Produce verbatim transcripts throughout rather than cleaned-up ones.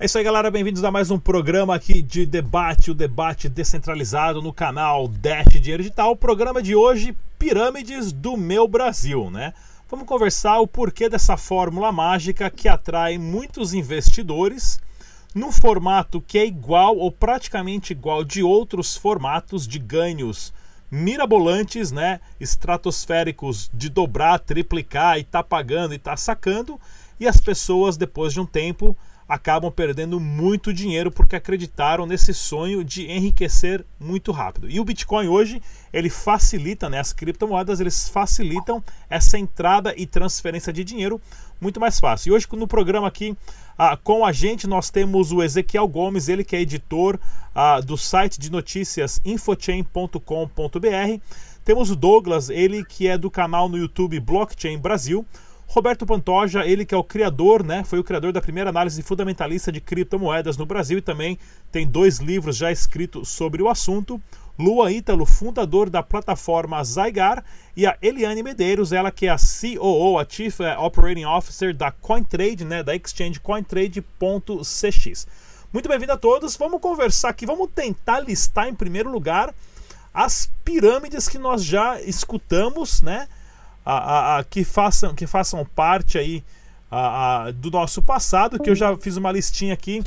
É isso aí, galera, bem-vindos a mais um programa aqui de debate, o debate descentralizado no canal Dash Dinheiro Digital. O programa de hoje, Pirâmides do Meu Brasil, né? Vamos conversar o porquê dessa fórmula mágica que atrai muitos investidores num formato que é igual ou praticamente igual de outros formatos de ganhos mirabolantes, né? Estratosféricos de dobrar, triplicar e tá pagando e tá sacando, e as pessoas depois de um tempo acabam perdendo muito dinheiro porque acreditaram nesse sonho de enriquecer muito rápido. E o Bitcoin hoje, ele facilita, né, as criptomoedas, eles facilitam essa entrada e transferência de dinheiro muito mais fácil. E hoje no programa aqui, ah, com a gente, nós temos o Ezequiel Gomes, ele que é editor ah, do site de notícias infochain ponto com ponto br. Temos o Douglas, ele que é do canal no YouTube Blockchain Brasil. Roberto Pantoja, ele que é o criador, né, foi o criador da primeira análise fundamentalista de criptomoedas no Brasil e também tem dois livros já escritos sobre o assunto. Lua Ítalo, fundador da plataforma Zygar, e a Eliane Medeiros, ela que é a C O O, a Chief Operating Officer da CoinTrade, né, da exchange cointrade ponto c x. Muito bem-vindo a todos, vamos conversar aqui, vamos tentar listar em primeiro lugar as pirâmides que nós já escutamos, né, A, a, a, que, façam, que façam parte aí a, a, do nosso passado, que eu já fiz uma listinha aqui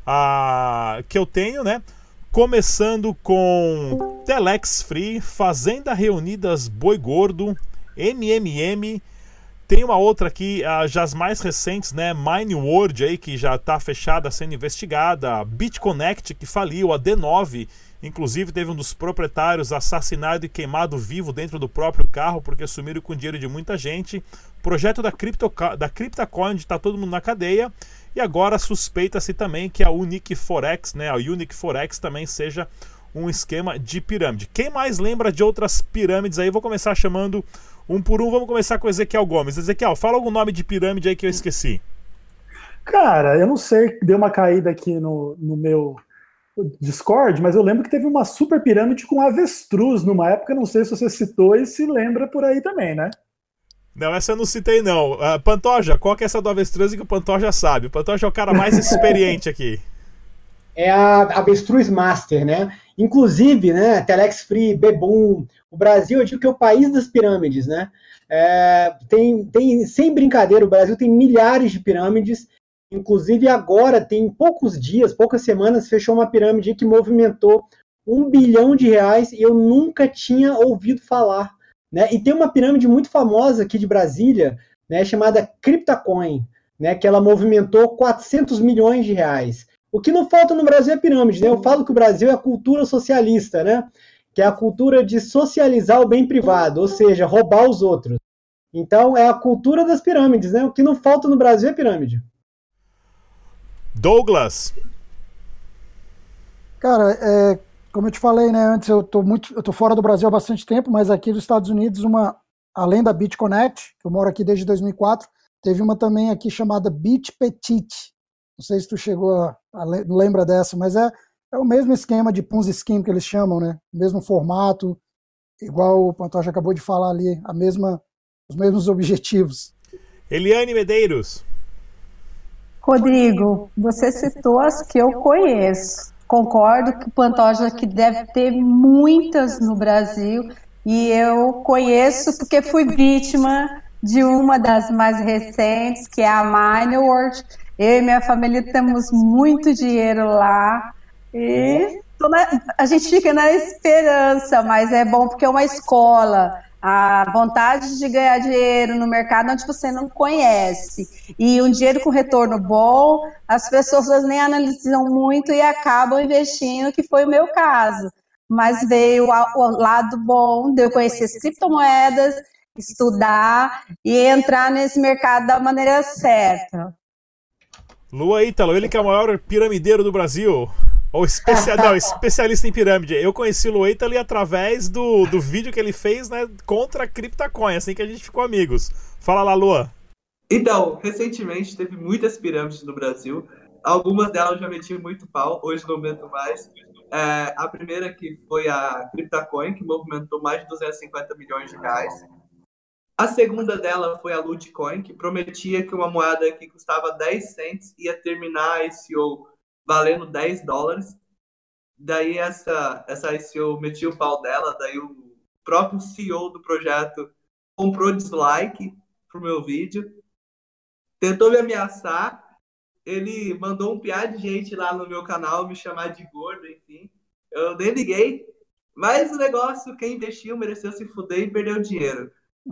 a, que eu tenho, né? Começando com Telex Free, Fazenda Reunidas Boi Gordo, M M M, tem uma outra aqui, a, já as mais recentes, né? Mine World aí, que já está fechada, sendo investigada, BitConnect, que faliu, a D nove, inclusive teve um dos proprietários assassinado e queimado vivo dentro do próprio carro porque sumiram com dinheiro de muita gente. Projeto da, Crypto, da CryptoCoin, está todo mundo na cadeia. E agora suspeita-se também que a Unique Forex, né, a Unique Forex também seja um esquema de pirâmide. Quem mais lembra de outras pirâmides aí? Vou começar chamando um por um. Vamos começar com o Ezequiel Gomes. Ezequiel, fala algum nome de pirâmide aí que eu esqueci. Cara, eu não sei, deu uma caída aqui no, no meu Discord, mas eu lembro que teve uma super pirâmide com avestruz numa época, não sei se você citou e se lembra por aí também, né? Não, essa eu não citei não. Uh, Pantoja, qual que é essa do avestruz que o Pantoja sabe? O Pantoja é o cara mais experiente aqui. É a Avestruz Master, né? Inclusive, né, Telex Free, Bebum, o Brasil, eu digo que é o país das pirâmides, né? É, tem, tem, sem brincadeira, o Brasil tem milhares de pirâmides. Inclusive agora, tem poucos dias, poucas semanas, fechou uma pirâmide que movimentou um bilhão de reais e eu nunca tinha ouvido falar, né? E tem uma pirâmide muito famosa aqui de Brasília, né, chamada CryptoCoin, né, que ela movimentou quatrocentos milhões de reais. O que não falta no Brasil é pirâmide, né? Eu falo que o Brasil é a cultura socialista, né? Que é a cultura de socializar o bem privado, ou seja, roubar os outros. Então é a cultura das pirâmides, né? O que não falta no Brasil é pirâmide. Douglas. Cara, é, como eu te falei, né, antes eu tô muito, eu tô fora do Brasil há bastante tempo, mas aqui dos Estados Unidos, uma, além da BitConnect, que eu moro aqui desde dois mil e quatro, teve uma também aqui chamada BitPetit. Não sei se tu chegou a, a lembra dessa, mas é, é o mesmo esquema de Ponzi Scheme que eles chamam, né? O mesmo formato, igual o Pantoja acabou de falar ali, a mesma, os mesmos objetivos. Eliane Medeiros. Rodrigo, você citou as que eu conheço. Concordo que o Pantoja que deve ter muitas no Brasil e eu conheço porque fui vítima de uma das mais recentes, que é a Mine World. Eu e minha família temos muito dinheiro lá e a gente fica na esperança, mas é bom porque é uma escola. A vontade de ganhar dinheiro no mercado onde você não conhece. E um dinheiro com retorno bom, as pessoas nem analisam muito e acabam investindo, que foi o meu caso. Mas veio o lado bom de eu conhecer as criptomoedas, estudar e entrar nesse mercado da maneira certa. Lua Ítalo, ele que é o maior piramideiro do Brasil. Ou especia... Não, especialista em pirâmide. Eu conheci o Lua Ítalo através do, do vídeo que ele fez, né, contra a CryptoCoin, assim que a gente ficou amigos. Fala lá, Lua. Então, recentemente teve muitas pirâmides no Brasil. Algumas delas já meti muito pau, hoje não meto mais. É, a primeira que foi a CryptoCoin, que movimentou mais de duzentos e cinquenta milhões de reais. A segunda dela foi a Litecoin, que prometia que uma moeda que custava dez cents ia terminar a I C O valendo dez dólares. Daí essa, essa I C O metia o pau dela, daí o próprio C E O do projeto comprou dislike pro meu vídeo, tentou me ameaçar, ele mandou um piá de gente lá no meu canal me chamar de gordo, enfim. Eu nem liguei, mas o negócio, quem investiu mereceu se fuder e perdeu dinheiro.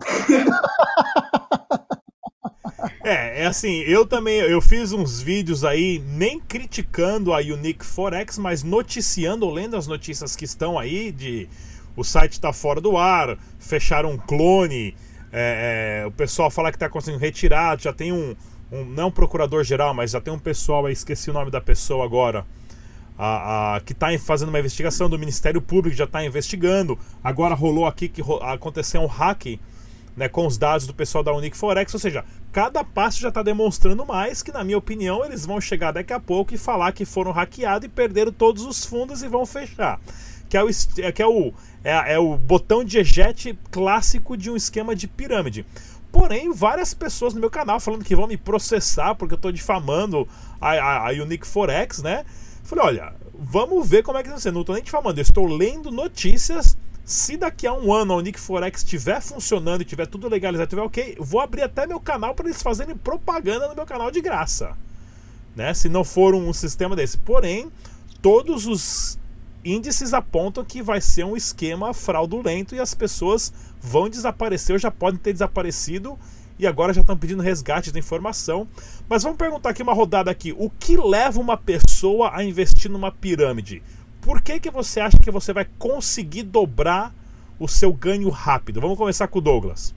É, é assim, eu também, eu fiz uns vídeos aí, nem criticando a Unique Forex, mas noticiando, lendo as notícias que estão aí, de o site tá fora do ar, fecharam um clone, é, é, o pessoal fala que tá conseguindo retirar, já tem um, um, não um procurador-geral, mas já tem um pessoal aí, esqueci o nome da pessoa agora, a, a, que tá fazendo uma investigação do Ministério Público, já tá investigando, agora rolou aqui que ro, aconteceu um hack, né, com os dados do pessoal da Unique Forex, ou seja, cada passo já está demonstrando mais que, na minha opinião, eles vão chegar daqui a pouco e falar que foram hackeados e perderam todos os fundos e vão fechar. Que é o, que é o, é, é o botão de eject clássico de um esquema de pirâmide. Porém, várias pessoas no meu canal falando que vão me processar porque eu estou difamando a, a, a Unique Forex, né? Falei, olha, vamos ver como é que está sendo. Não estou nem difamando, eu estou lendo notícias. Se daqui a um ano a Unique Forex estiver funcionando e tiver tudo legalizado, tiver ok, eu vou abrir até meu canal para eles fazerem propaganda no meu canal de graça, né? Se não for um sistema desse. Porém, todos os índices apontam que vai ser um esquema fraudulento e as pessoas vão desaparecer, ou já podem ter desaparecido e agora já estão pedindo resgate da informação. Mas vamos perguntar aqui uma rodada aqui. O que leva uma pessoa a investir numa pirâmide? Por que que você acha que você vai conseguir dobrar o seu ganho rápido? Vamos começar com o Douglas.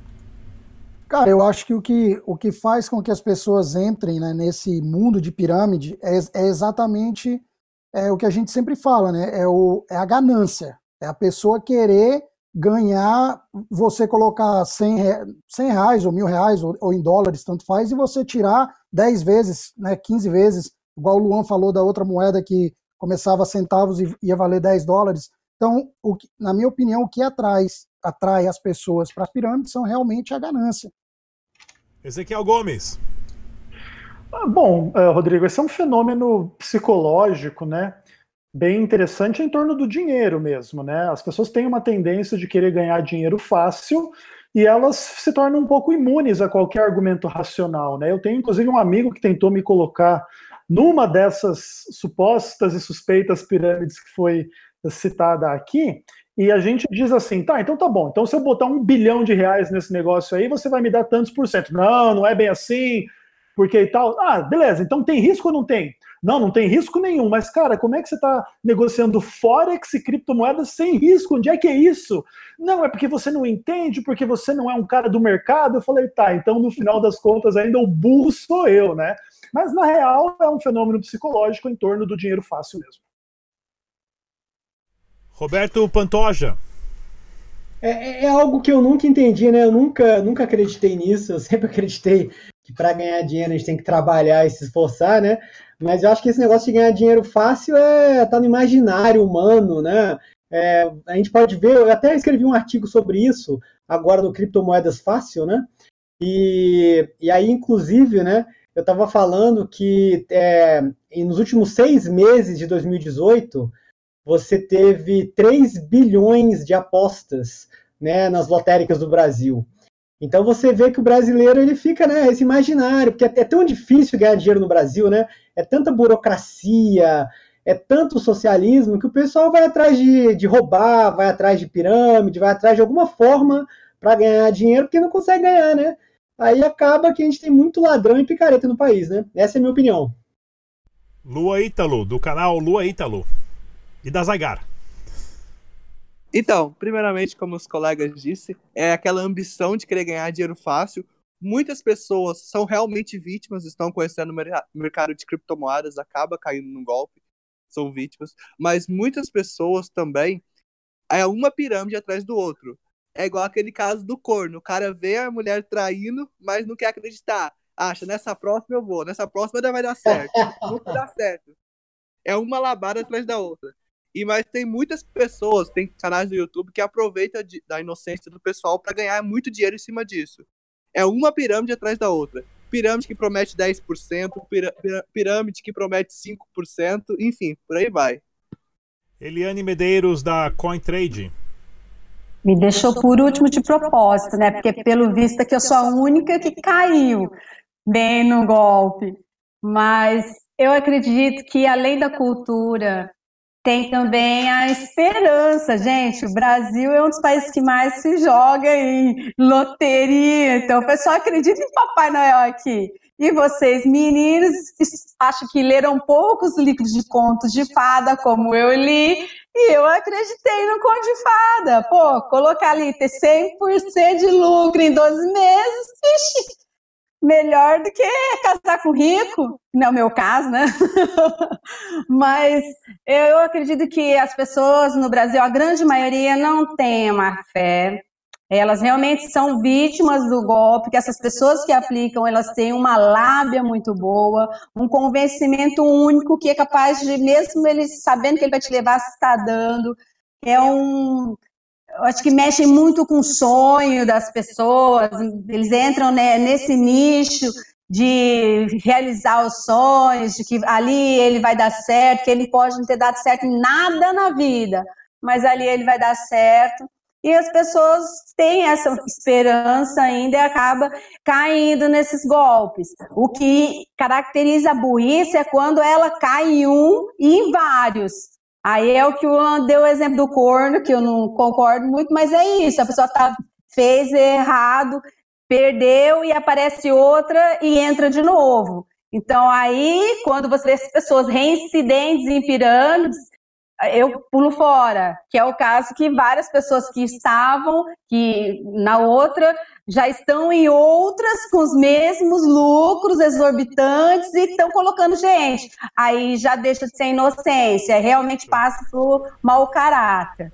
Cara, eu acho que o que, o que faz com que as pessoas entrem, né, nesse mundo de pirâmide é, é exatamente é, o que a gente sempre fala, né? É, o, é a ganância. É a pessoa querer ganhar, você colocar cem reais ou mil reais ou, ou em dólares, tanto faz, e você tirar dez vezes, né, quinze vezes, igual o Luan falou da outra moeda que começava a centavos e ia valer dez dólares. Então, o que, na minha opinião, o que atrai, atrai as pessoas para as pirâmides são realmente a ganância. Ezequiel Gomes. Ah, bom, uh, Rodrigo, esse é um fenômeno psicológico, né? Bem interessante em torno do dinheiro mesmo, né? As pessoas têm uma tendência de querer ganhar dinheiro fácil e elas se tornam um pouco imunes a qualquer argumento racional, né? Eu tenho, inclusive, um amigo que tentou me colocar numa dessas supostas e suspeitas pirâmides que foi citada aqui, e a gente diz assim, tá, então tá bom, então se eu botar um bilhão de reais nesse negócio aí, você vai me dar tantos por cento. Não, não é bem assim, porque e tal. Ah, beleza, então tem risco ou não tem? Não, não tem risco nenhum, mas cara, como é que você está negociando Forex e criptomoedas sem risco? Onde é que é isso? Não, é porque você não entende, porque você não é um cara do mercado. Eu falei, tá, então no final das contas ainda o burro sou eu, né? Mas, na real, é um fenômeno psicológico em torno do dinheiro fácil mesmo. Roberto Pantoja. É, é algo que eu nunca entendi, né? Eu nunca, nunca acreditei nisso. Eu sempre acreditei que para ganhar dinheiro a gente tem que trabalhar e se esforçar, né? Mas eu acho que esse negócio de ganhar dinheiro fácil é tá no imaginário humano, né? É, a gente pode ver, eu até escrevi um artigo sobre isso agora no Criptomoedas Fácil, né? E, e aí, inclusive, né? Eu estava falando que é, nos últimos seis meses de dois mil e dezoito, você teve três bilhões de apostas, né, nas lotéricas do Brasil. Então você vê que o brasileiro ele fica, né, esse imaginário, porque é tão difícil ganhar dinheiro no Brasil, né? É tanta burocracia, é tanto socialismo que o pessoal vai atrás de, de roubar, vai atrás de pirâmide, vai atrás de alguma forma para ganhar dinheiro, porque não consegue ganhar, né? Aí acaba que a gente tem muito ladrão e picareta no país, né? Essa é a minha opinião. Lua Ítalo, do canal Lua Ítalo. E da Zygar. Então, primeiramente, como os colegas disse, é aquela ambição de querer ganhar dinheiro fácil. Muitas pessoas são realmente vítimas, estão conhecendo o mercado de criptomoedas, acaba caindo num golpe, são vítimas. Mas muitas pessoas também, é uma pirâmide atrás do outro. É igual aquele caso do corno. O cara vê a mulher traindo, mas não quer acreditar. Acha, nessa próxima eu vou, nessa próxima vai dar certo. Nunca dá certo. É uma labada atrás da outra. E, mas tem muitas pessoas, tem canais do YouTube que aproveitam de, da inocência do pessoal para ganhar muito dinheiro em cima disso. É uma pirâmide atrás da outra. Pirâmide que promete dez por cento, pira, pirâmide que promete cinco por cento, enfim, por aí vai. Eliane Medeiros, da CoinTrade. Me deixou por último de propósito, né? Porque pelo visto que eu sou a única que caiu bem no golpe. Mas eu acredito que além da cultura, tem também a esperança, gente. O Brasil é um dos países que mais se joga em loteria. Então o pessoal acredita em Papai Noel aqui. E vocês, meninos, acho que leram poucos livros de contos de fada, como eu li, e eu acreditei no conto de fada. Pô, colocar ali, ter cem por cento de lucro em doze meses, ixi, melhor do que casar com rico, não é o meu caso, né? Mas eu acredito que as pessoas no Brasil, a grande maioria, não tem uma fé. Elas realmente são vítimas do golpe, que essas pessoas que aplicam, elas têm uma lábia muito boa, um convencimento único que é capaz de, mesmo ele sabendo que ele vai te levar, se está dando. É um... Eu acho que mexem muito com o sonho das pessoas, eles entram, né, nesse nicho de realizar os sonhos, de que ali ele vai dar certo, que ele pode não ter dado certo em nada na vida, mas ali ele vai dar certo. E as pessoas têm essa esperança ainda e acabam caindo nesses golpes. O que caracteriza a burrice é quando ela cai em um e em vários. Aí é o que o Luan deu o exemplo do corno, que eu não concordo muito, mas é isso. A pessoa tá, fez errado, perdeu e aparece outra e entra de novo. Então aí, quando você vê as pessoas reincidentes em pirâmides, eu pulo fora, que é o caso que várias pessoas que estavam que na outra já estão em outras com os mesmos lucros exorbitantes e estão colocando gente. Aí já deixa de ser inocência, realmente passa por mau caráter.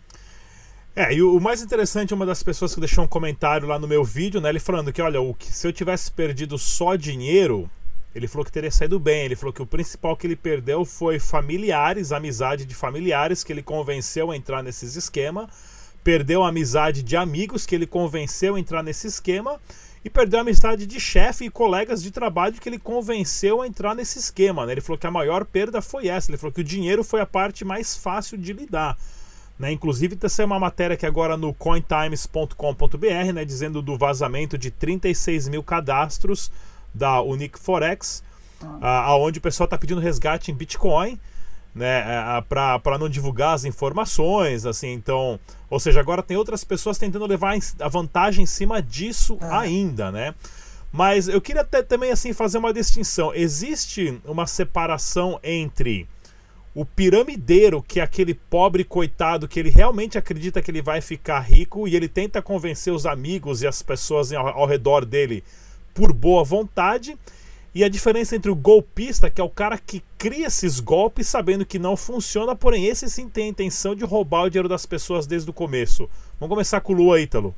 É, e o mais interessante, uma das pessoas que deixou um comentário lá no meu vídeo, né, ele falando que, olha, o que, se eu tivesse perdido só dinheiro, ele falou que teria saído bem. Ele falou que o principal que ele perdeu foi familiares, amizade de familiares que ele convenceu a entrar nesses esquemas. Perdeu a amizade de amigos que ele convenceu a entrar nesse esquema. E perdeu a amizade de chefe e colegas de trabalho que ele convenceu a entrar nesse esquema, né? Ele falou que a maior perda foi essa. Ele falou que o dinheiro foi a parte mais fácil de lidar. Né? Inclusive, tem uma matéria aqui agora no cointimes ponto com ponto br, né, dizendo do vazamento de trinta e seis mil cadastros da Unique Forex, ah. aonde o pessoal está pedindo resgate em Bitcoin, né, para não divulgar as informações, assim, então, ou seja, agora tem outras pessoas tentando levar a vantagem em cima disso ah. ainda, né? Mas eu queria até, também assim fazer uma distinção. Existe uma separação entre o piramideiro, que é aquele pobre coitado que ele realmente acredita que ele vai ficar rico e ele tenta convencer os amigos e as pessoas ao, ao redor dele por boa vontade, e a diferença entre o golpista, que é o cara que cria esses golpes sabendo que não funciona, porém esse sim tem a intenção de roubar o dinheiro das pessoas desde o começo. Vamos começar com o Lua, Ítalo.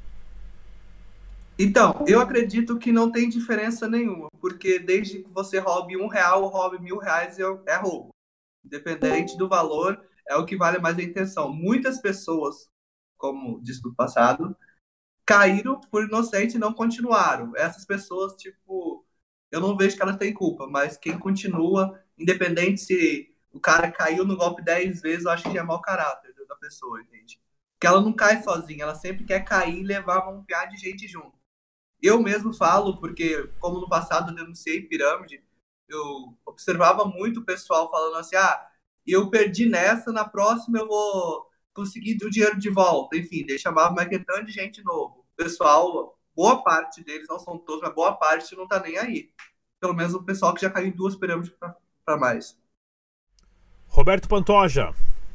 Então, eu acredito que não tem diferença nenhuma, porque desde que você roube um real ou roube mil reais é roubo. Independente do valor, é o que vale mais a intenção. Muitas pessoas, como disse no passado, caíram por inocente e não continuaram. Essas pessoas, tipo, eu não vejo que elas têm culpa, mas quem continua, independente se o cara caiu no golpe dez vezes, eu acho que é mau caráter da pessoa, entende? Porque ela não cai sozinha, ela sempre quer cair e levar um piar de gente junto. Eu mesmo falo, porque como no passado eu denunciei pirâmide, eu observava muito o pessoal falando assim, ah, eu perdi nessa, na próxima eu vou conseguir o dinheiro de volta. Enfim, eles chamavam maquetando de gente novo. O pessoal, boa parte deles, não são todos, mas boa parte não tá nem aí. Pelo menos o pessoal que já caiu em duas pirâmides para mais. Roberto Pantoja.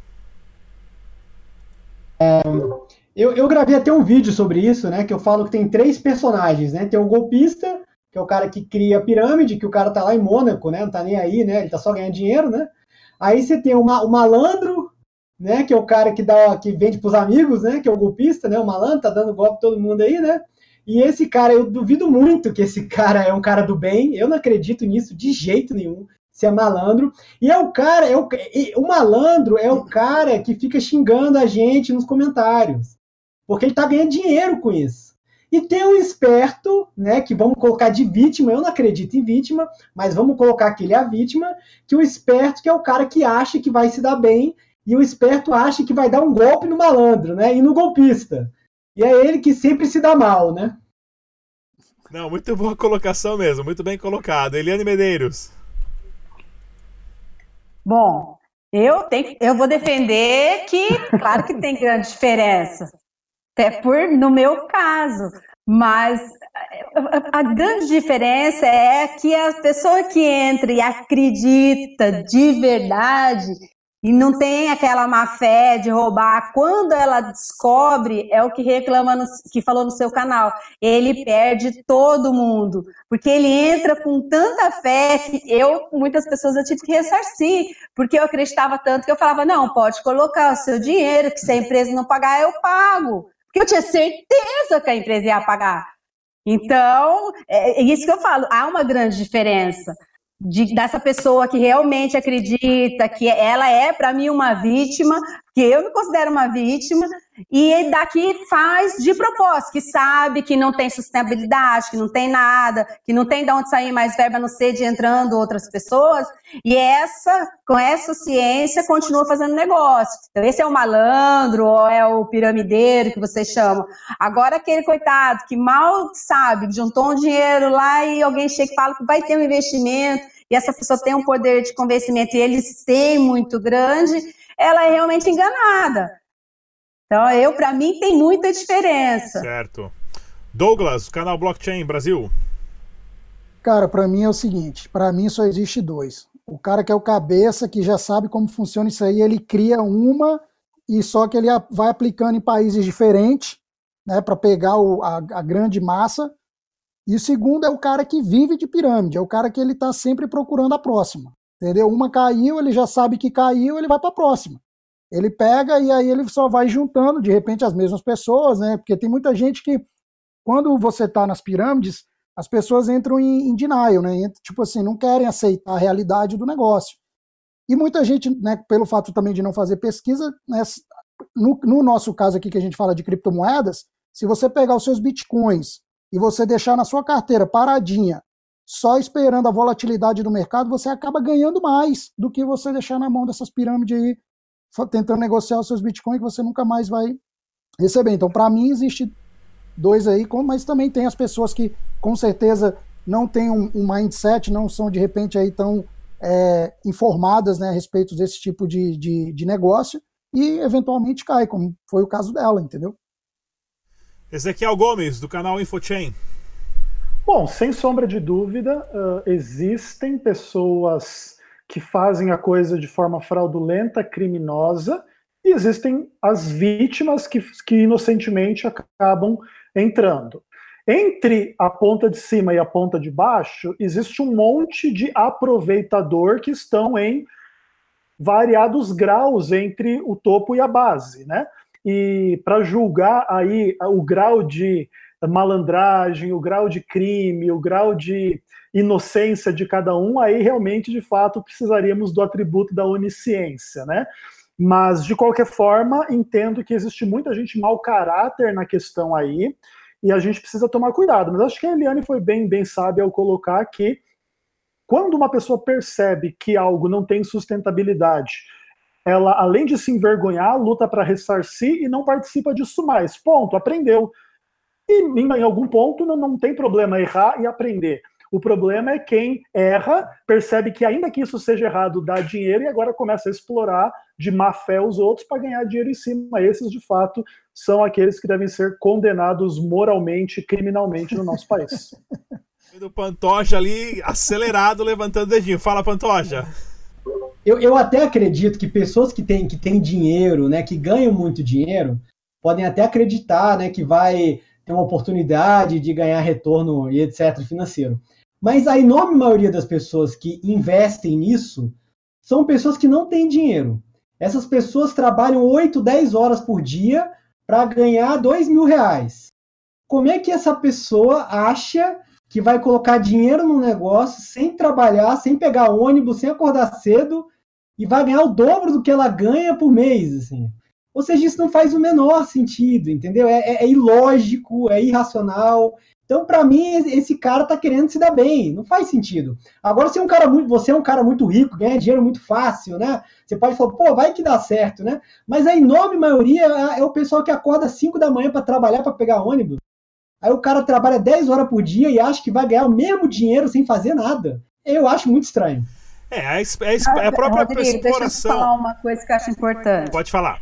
É, eu, eu gravei até um vídeo sobre isso, né? Que eu falo que tem três personagens, né? Tem o golpista, que é o cara que cria a pirâmide, que o cara tá lá em Mônaco, né? Não tá nem aí, né? Ele tá só ganhando dinheiro, né? Aí você tem o, o malandro, né? Que é o cara que, dá, que vende pros amigos, né? Que é o golpista, né? O malandro tá dando golpe pra todo mundo aí, né? E esse cara, eu duvido muito que esse cara é um cara do bem. Eu não acredito nisso de jeito nenhum. se é malandro. E é o cara, é o, o malandro é o cara que fica xingando a gente nos comentários, porque ele está ganhando dinheiro com isso. E tem um esperto, né, que vamos colocar de vítima, eu não acredito em vítima, mas vamos colocar que ele é a vítima, que o esperto que é o cara que acha que vai se dar bem, e o esperto acha que vai dar um golpe no malandro, né, e no golpista. E é ele que sempre se dá mal, né? Não, muito boa colocação mesmo, muito bem colocado. Eliane Medeiros. Bom, eu, tenho, eu vou defender que, claro que tem grande diferença, até por, no meu caso, mas a, a grande diferença é que a pessoa que entra e acredita de verdade e não tem aquela má fé de roubar, quando ela descobre, é o que reclama, no, que falou no seu canal, ele perde todo mundo, porque ele entra com tanta fé que eu, muitas pessoas eu tive que ressarcir, porque eu acreditava tanto que eu falava, não, pode colocar o seu dinheiro, que se a empresa não pagar, eu pago, porque eu tinha certeza que a empresa ia pagar. Então, é isso que eu falo, há uma grande diferença. De, dessa pessoa que realmente acredita que ela é, para mim, uma vítima, que eu me considero uma vítima, e daqui faz de propósito, que sabe que não tem sustentabilidade, que não tem nada, que não tem de onde sair mais verba no sede entrando outras pessoas, e essa, com essa ciência, continua fazendo negócio. Então, esse é o malandro, ou é o piramideiro, que vocês chamam. Agora, aquele coitado que mal sabe, juntou um dinheiro lá e alguém chega e fala que vai ter um investimento, e essa pessoa tem um poder de convencimento e eles têm muito grande, ela é realmente enganada. Então, eu, para mim, tem muita diferença. Certo. Douglas, canal Blockchain Brasil. Cara, para mim é o seguinte, para mim só existe dois. O cara que é o cabeça, que já sabe como funciona isso aí, ele cria uma e só que ele vai aplicando em países diferentes, né, para pegar o, a, a grande massa. E o segundo é o cara que vive de pirâmide, é o cara que ele está sempre procurando a próxima, entendeu? Uma caiu, ele já sabe que caiu, ele vai para a próxima. Ele pega e aí ele só vai juntando, de repente, as mesmas pessoas, né? Porque tem muita gente que, quando você está nas pirâmides, as pessoas entram em, em denial, né? Tipo assim, não querem aceitar a realidade do negócio. E muita gente, né, pelo fato também de não fazer pesquisa, né, no, no nosso caso aqui que a gente fala de criptomoedas, se você pegar os seus bitcoins e você deixar na sua carteira paradinha, só esperando a volatilidade do mercado, você acaba ganhando mais do que você deixar na mão dessas pirâmides aí, tentando negociar os seus bitcoins que você nunca mais vai receber. Então, para mim, existe dois aí, mas também tem as pessoas que, com certeza, não têm um, um mindset, não são, de repente, aí tão é, informadas, né, a respeito desse tipo de, de, de negócio e, eventualmente, cai, como foi o caso dela, entendeu? Ezequiel Gomes, do canal InfoChain. Bom, sem sombra de dúvida, uh, existem pessoas que fazem a coisa de forma fraudulenta, criminosa, e existem as vítimas que, que inocentemente acabam entrando. Entre a ponta de cima e a ponta de baixo, existe um monte de aproveitador que estão em variados graus entre o topo e a base, né? E para julgar aí o grau de malandragem, o grau de crime, o grau de inocência de cada um, aí realmente, de fato, precisaríamos do atributo da onisciência, né? Mas, de qualquer forma, entendo que existe muita gente mau caráter na questão aí, e a gente precisa tomar cuidado. Mas acho que a Eliane foi bem, bem sábia ao colocar que, quando uma pessoa percebe que algo não tem sustentabilidade, ela, além de se envergonhar, luta para ressarcir e não participa disso mais. Ponto, aprendeu. E em algum ponto não, não tem problema errar e aprender. O problema é quem erra, percebe que ainda que isso seja errado, dá dinheiro e agora começa a explorar de má fé os outros para ganhar dinheiro em cima. Esses, de fato, são aqueles que devem ser condenados moralmente e criminalmente no nosso país. O Pantoja ali, acelerado, levantando o dedinho. Fala, Pantoja. Eu, eu até acredito que pessoas que têm, que têm dinheiro, né, que ganham muito dinheiro, podem até acreditar, né, que vai ter uma oportunidade de ganhar retorno e etcétera financeiro. Mas a enorme maioria das pessoas que investem nisso são pessoas que não têm dinheiro. Essas pessoas trabalham oito, dez horas por dia para ganhar dois mil reais. Como é que essa pessoa acha que vai colocar dinheiro no negócio sem trabalhar, sem pegar ônibus, sem acordar cedo, e vai ganhar o dobro do que ela ganha por mês, assim. Ou seja, isso não faz o menor sentido, entendeu? É, é, é ilógico, é irracional. Então, para mim, esse cara tá querendo se dar bem, não faz sentido. Agora, se é um cara muito, você é um cara muito rico, ganha dinheiro muito fácil, né? Você pode falar, pô, vai que dá certo, né? Mas a enorme maioria é o pessoal que acorda às cinco da manhã para trabalhar, para pegar ônibus. Aí o cara trabalha dez horas por dia e acha que vai ganhar o mesmo dinheiro sem fazer nada. Eu acho muito estranho. É, é, é a própria Rodrigo, exploração. deixa eu falar uma coisa que eu acho importante. Pode falar.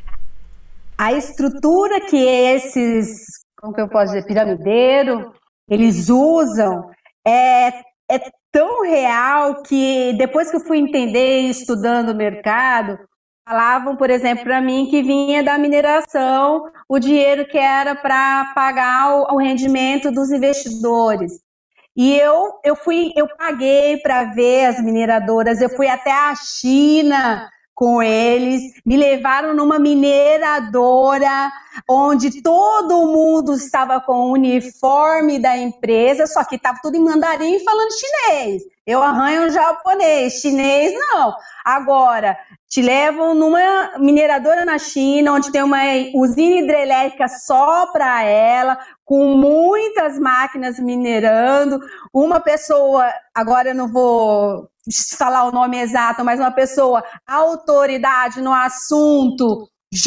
A estrutura que esses, como que eu posso dizer, piramideiro, eles usam é, é tão real que depois que eu fui entender estudando o mercado, falavam, por exemplo, para mim que vinha da mineração o dinheiro que era para pagar o, o rendimento dos investidores. E eu, eu fui, eu paguei para ver as mineradoras, eu fui até a China com eles, me levaram numa mineradora onde todo mundo estava com o uniforme da empresa, só que estava tudo em mandarim falando chinês. Eu arranho japonês, chinês não. Agora, te levam numa mineradora na China, onde tem uma usina hidrelétrica só para ela, com muitas máquinas minerando, uma pessoa, agora eu não vou falar o nome exato, mas uma pessoa, autoridade no assunto,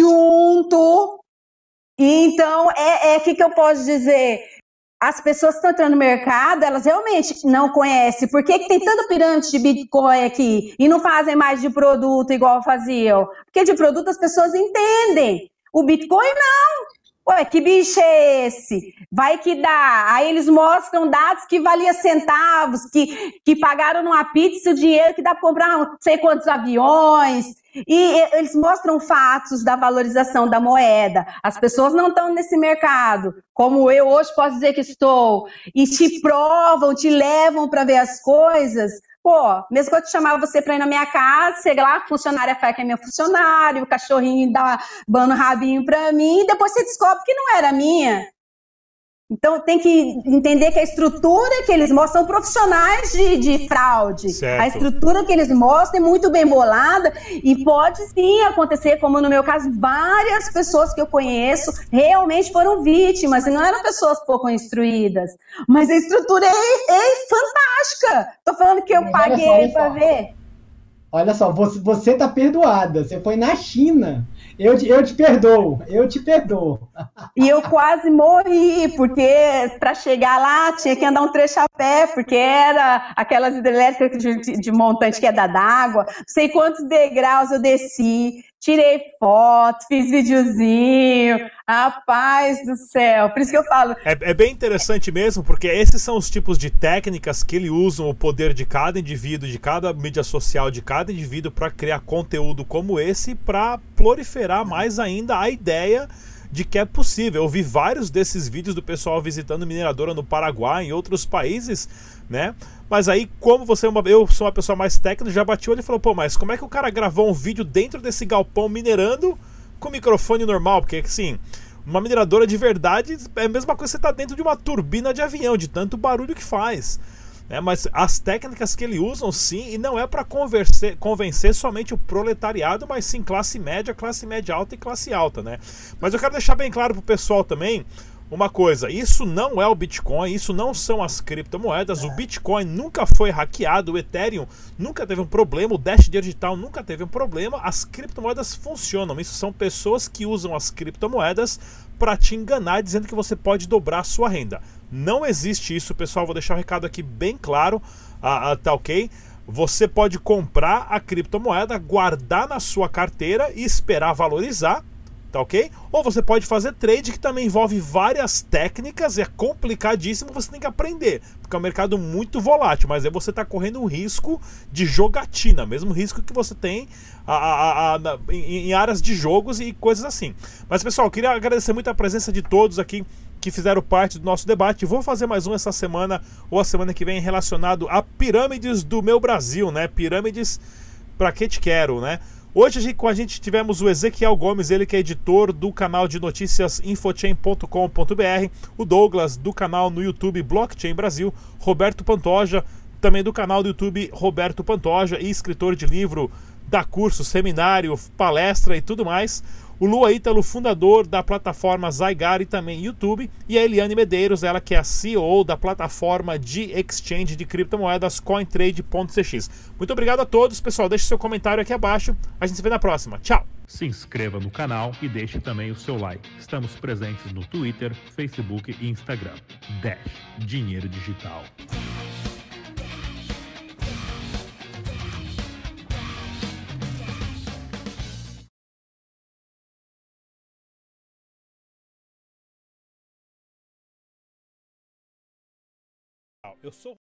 junto. Então, é o que, que eu posso dizer? As pessoas que estão entrando no mercado, elas realmente não conhecem. Por que, que tem tanta pirâmide de Bitcoin aqui e não fazem mais de produto igual faziam? Porque de produto as pessoas entendem. O Bitcoin não. Ué, que bicho é esse? Vai que dá. Aí eles mostram dados que valia centavos, que, que pagaram numa pizza o dinheiro que dá para comprar não sei quantos aviões. E eles mostram fatos da valorização da moeda. As pessoas não estão nesse mercado, como eu hoje posso dizer que estou, e te provam, te levam para ver as coisas. Pô, mesmo que eu te chamar você para ir na minha casa, chega lá, a funcionária fala que é meu funcionário, o cachorrinho dá bando rabinho para mim, e depois você descobre que não era minha. Então tem que entender que a estrutura que eles mostram são profissionais de, de fraude. Certo. A estrutura que eles mostram é muito bem bolada e pode sim acontecer, como no meu caso, várias pessoas que eu conheço realmente foram vítimas e não eram pessoas pouco instruídas. Mas a estrutura é, é fantástica. Tô falando que eu paguei para ver. Olha só, você, você tá perdoada. Você foi na China. Eu te, eu te perdoo, eu te perdoo. E eu quase morri, porque para chegar lá tinha que andar um trecho a pé, porque era aquelas hidrelétricas de, de montante queda d'água, não sei quantos degraus eu desci, tirei foto, fiz videozinho, rapaz do céu, por isso que eu falo. É, é bem interessante mesmo, porque esses são os tipos de técnicas que eles usam o poder de cada indivíduo, de cada mídia social, de cada indivíduo para criar conteúdo como esse, para proliferar mais ainda a ideia de que é possível. Eu vi vários desses vídeos do pessoal visitando mineradora no Paraguai, em outros países, né? Mas aí, como você é uma, eu sou uma pessoa mais técnica, já bati o olho e falou, pô, mas como é que o cara gravou um vídeo dentro desse galpão minerando com microfone normal? Porque, assim, uma mineradora de verdade é a mesma coisa que você tá dentro de uma turbina de avião, de tanto barulho que faz. É, mas as técnicas que ele usam sim, e não é para convencer somente o proletariado, mas sim classe média, classe média alta e classe alta, né? Mas eu quero deixar bem claro pro pessoal também uma coisa, isso não é o Bitcoin, isso não são as criptomoedas, o Bitcoin nunca foi hackeado, o Ethereum nunca teve um problema, o Dash Digital nunca teve um problema, as criptomoedas funcionam, isso são pessoas que usam as criptomoedas para te enganar, dizendo que você pode dobrar a sua renda. Não existe isso, pessoal, vou deixar o recado aqui bem claro, ah, ah, tá ok? Você pode comprar a criptomoeda, guardar na sua carteira e esperar valorizar, tá ok? Ou você pode fazer trade, que também envolve várias técnicas, é complicadíssimo, você tem que aprender, porque é um mercado muito volátil, mas aí você está correndo um risco de jogatina, mesmo risco que você tem a, a, a, a, em, em áreas de jogos e coisas assim. Mas pessoal, eu queria agradecer muito a presença de todos aqui que fizeram parte do nosso debate. Vou fazer mais um essa semana ou a semana que vem relacionado a pirâmides do meu Brasil, né? Pirâmides pra que te quero, né? Hoje com a gente tivemos o Ezequiel Gomes, ele que é editor do canal de notícias infochain ponto com ponto br, o Douglas do canal no YouTube Blockchain Brasil, Roberto Pantoja, também do canal do YouTube Roberto Pantoja e escritor de livro, dá curso, seminário, palestra e tudo mais. O Lua Ítalo, fundador da plataforma Zygar e também YouTube. E a Eliane Medeiros, ela que é a C E O da plataforma de exchange de criptomoedas cointrade ponto c x. Muito obrigado a todos, pessoal. Deixe seu comentário aqui abaixo. A gente se vê na próxima. Tchau! Se inscreva no canal e deixe também o seu like. Estamos presentes no Twitter, Facebook e Instagram. Dash Dinheiro Digital. Eu sou